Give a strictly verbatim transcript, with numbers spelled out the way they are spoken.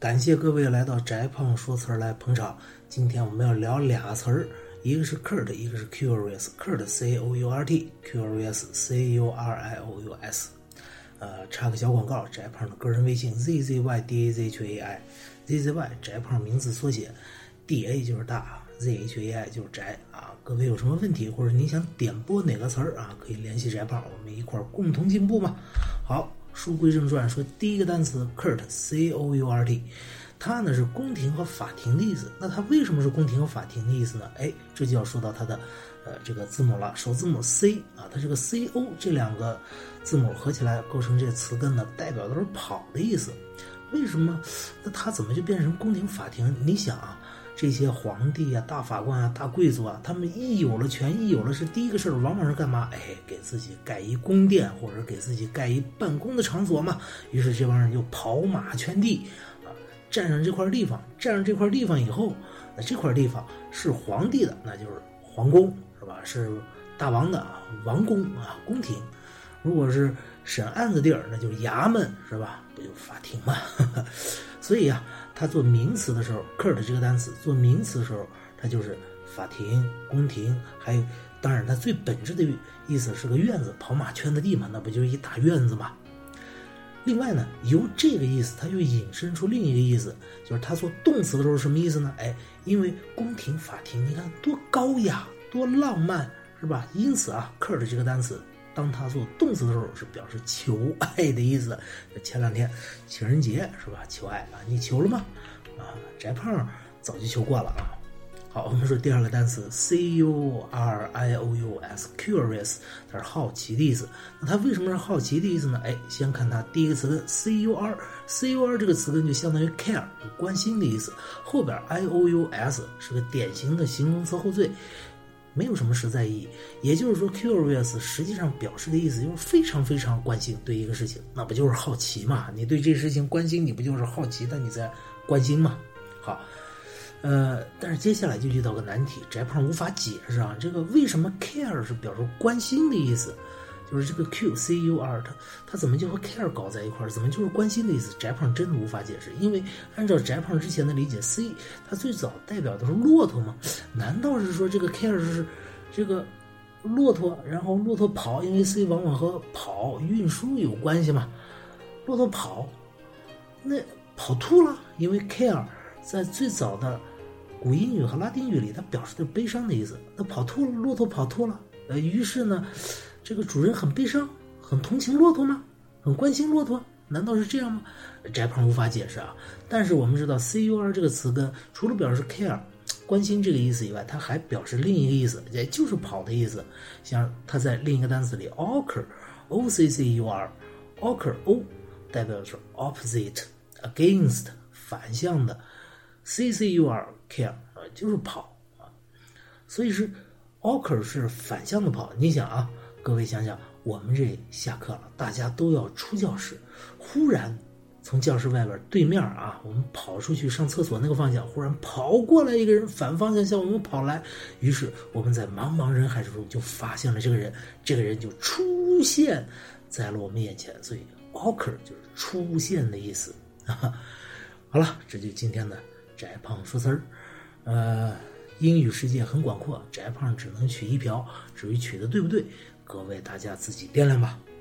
感谢各位来到翟胖说词儿来捧场。今天我们要聊俩词儿，一个是 curt， 一个是 curious。curt C O U R T，curious C U R I O U S。呃，插个小广告，翟胖的个人微信 Z Z Y D A Z H A I，Z Z Y 翟胖名字缩写 ，D A 就是大 ，Z H A I 就是翟啊。各位有什么问题，或者你想点播哪个词儿啊，可以联系翟胖，我们一块儿共同进步嘛。好。书归正传，说第一个单词 curt C O U R T， 它呢是宫廷和法庭的意思。那它为什么是宫廷和法庭的意思呢？哎，这就要说到它的呃这个字母了，首字母 C 啊，它这个 C O 这两个字母合起来构成这词根呢，代表的是跑的意思。为什么？那它怎么就变成宫廷法庭？你想啊。这些皇帝啊、大法官啊、大贵族啊，他们一有了权，一有了是第一个事儿，往往是干嘛？哎，给自己盖一宫殿，或者给自己盖一办公的场所嘛。于是这帮人就跑马圈地啊，占上这块地方，占上这块地方以后，那这块地方是皇帝的，那就是皇宫，是吧？是大王的王宫啊，宫廷。如果是审案子地儿，那就是衙门，是吧？不就法庭嘛？所以啊，它做名词的时候 ，curt 这个单词做名词的时候，它就是法庭、宫廷，还有当然它最本质的意思是个院子，跑马圈的地嘛，那不就是一大院子嘛？另外呢，由这个意思，它又引申出另一个意思，就是它做动词的时候什么意思呢？哎，因为宫廷、法庭，你看多高雅、多浪漫，是吧？因此啊 ，curt 这个单词。当他做动词的时候，是表示求爱的意思。前两天情人节是吧？求爱啊，你求了吗？啊，翟胖早就求过了啊。好，我们说第二个单词 C U R I O U S，curious， 它是好奇的意思。那它为什么是好奇的意思呢？哎，先看它第一个词根 C U R，C U R 这个词根就相当于 care， 关心的意思。后边 I O U S 是个典型的形容词后缀。没有什么实在意义，也就是说 curious 实际上表示的意思就是非常非常关心对一个事情，那不就是好奇嘛？你对这事情关心，你不就是好奇，但你在关心嘛？好，呃，但是接下来就遇到个难题，翟胖无法解释啊，这个为什么 care 是表示关心的意思？就是这个 Q C U R 它它怎么就和 care 搞在一块儿？怎么就是关心的意思？翟胖真的无法解释，因为按照翟胖之前的理解 ，C 它最早代表的是骆驼吗？难道是说这个 care 是这个骆驼，然后骆驼跑，因为 C 往往和跑运输有关系嘛？骆驼跑，那跑吐了，因为 care 在最早的古英语和拉丁语里，它表示的是悲伤的意思。那跑吐了，骆驼跑吐了，呃，于是呢。这个主人很悲伤，很同情骆驼吗？很关心骆驼？难道是这样吗？翟胖无法解释啊。但是我们知道 C U R 这个词根除了表示 care 关心这个意思以外，它还表示另一个意思，也就是跑的意思。像它在另一个单词里 occur O C C U R occur O 代表的是 opposite against 反向的 C C U R care 就是跑啊。所以是 occur 是反向的跑。你想啊。各位想想，我们这下课了，大家都要出教室，忽然从教室外边对面啊，我们跑出去上厕所那个方向，忽然跑过来一个人，反方向向我们跑来，于是我们在茫茫人海之中就发现了这个人，这个人就出现在了我们眼前，所以 occur 就是出现的意思。好了，这就今天的翟胖说词儿，呃。英语世界很广阔，翟胖只能取一瓢，至于取的对不对，各位大家自己掂量吧。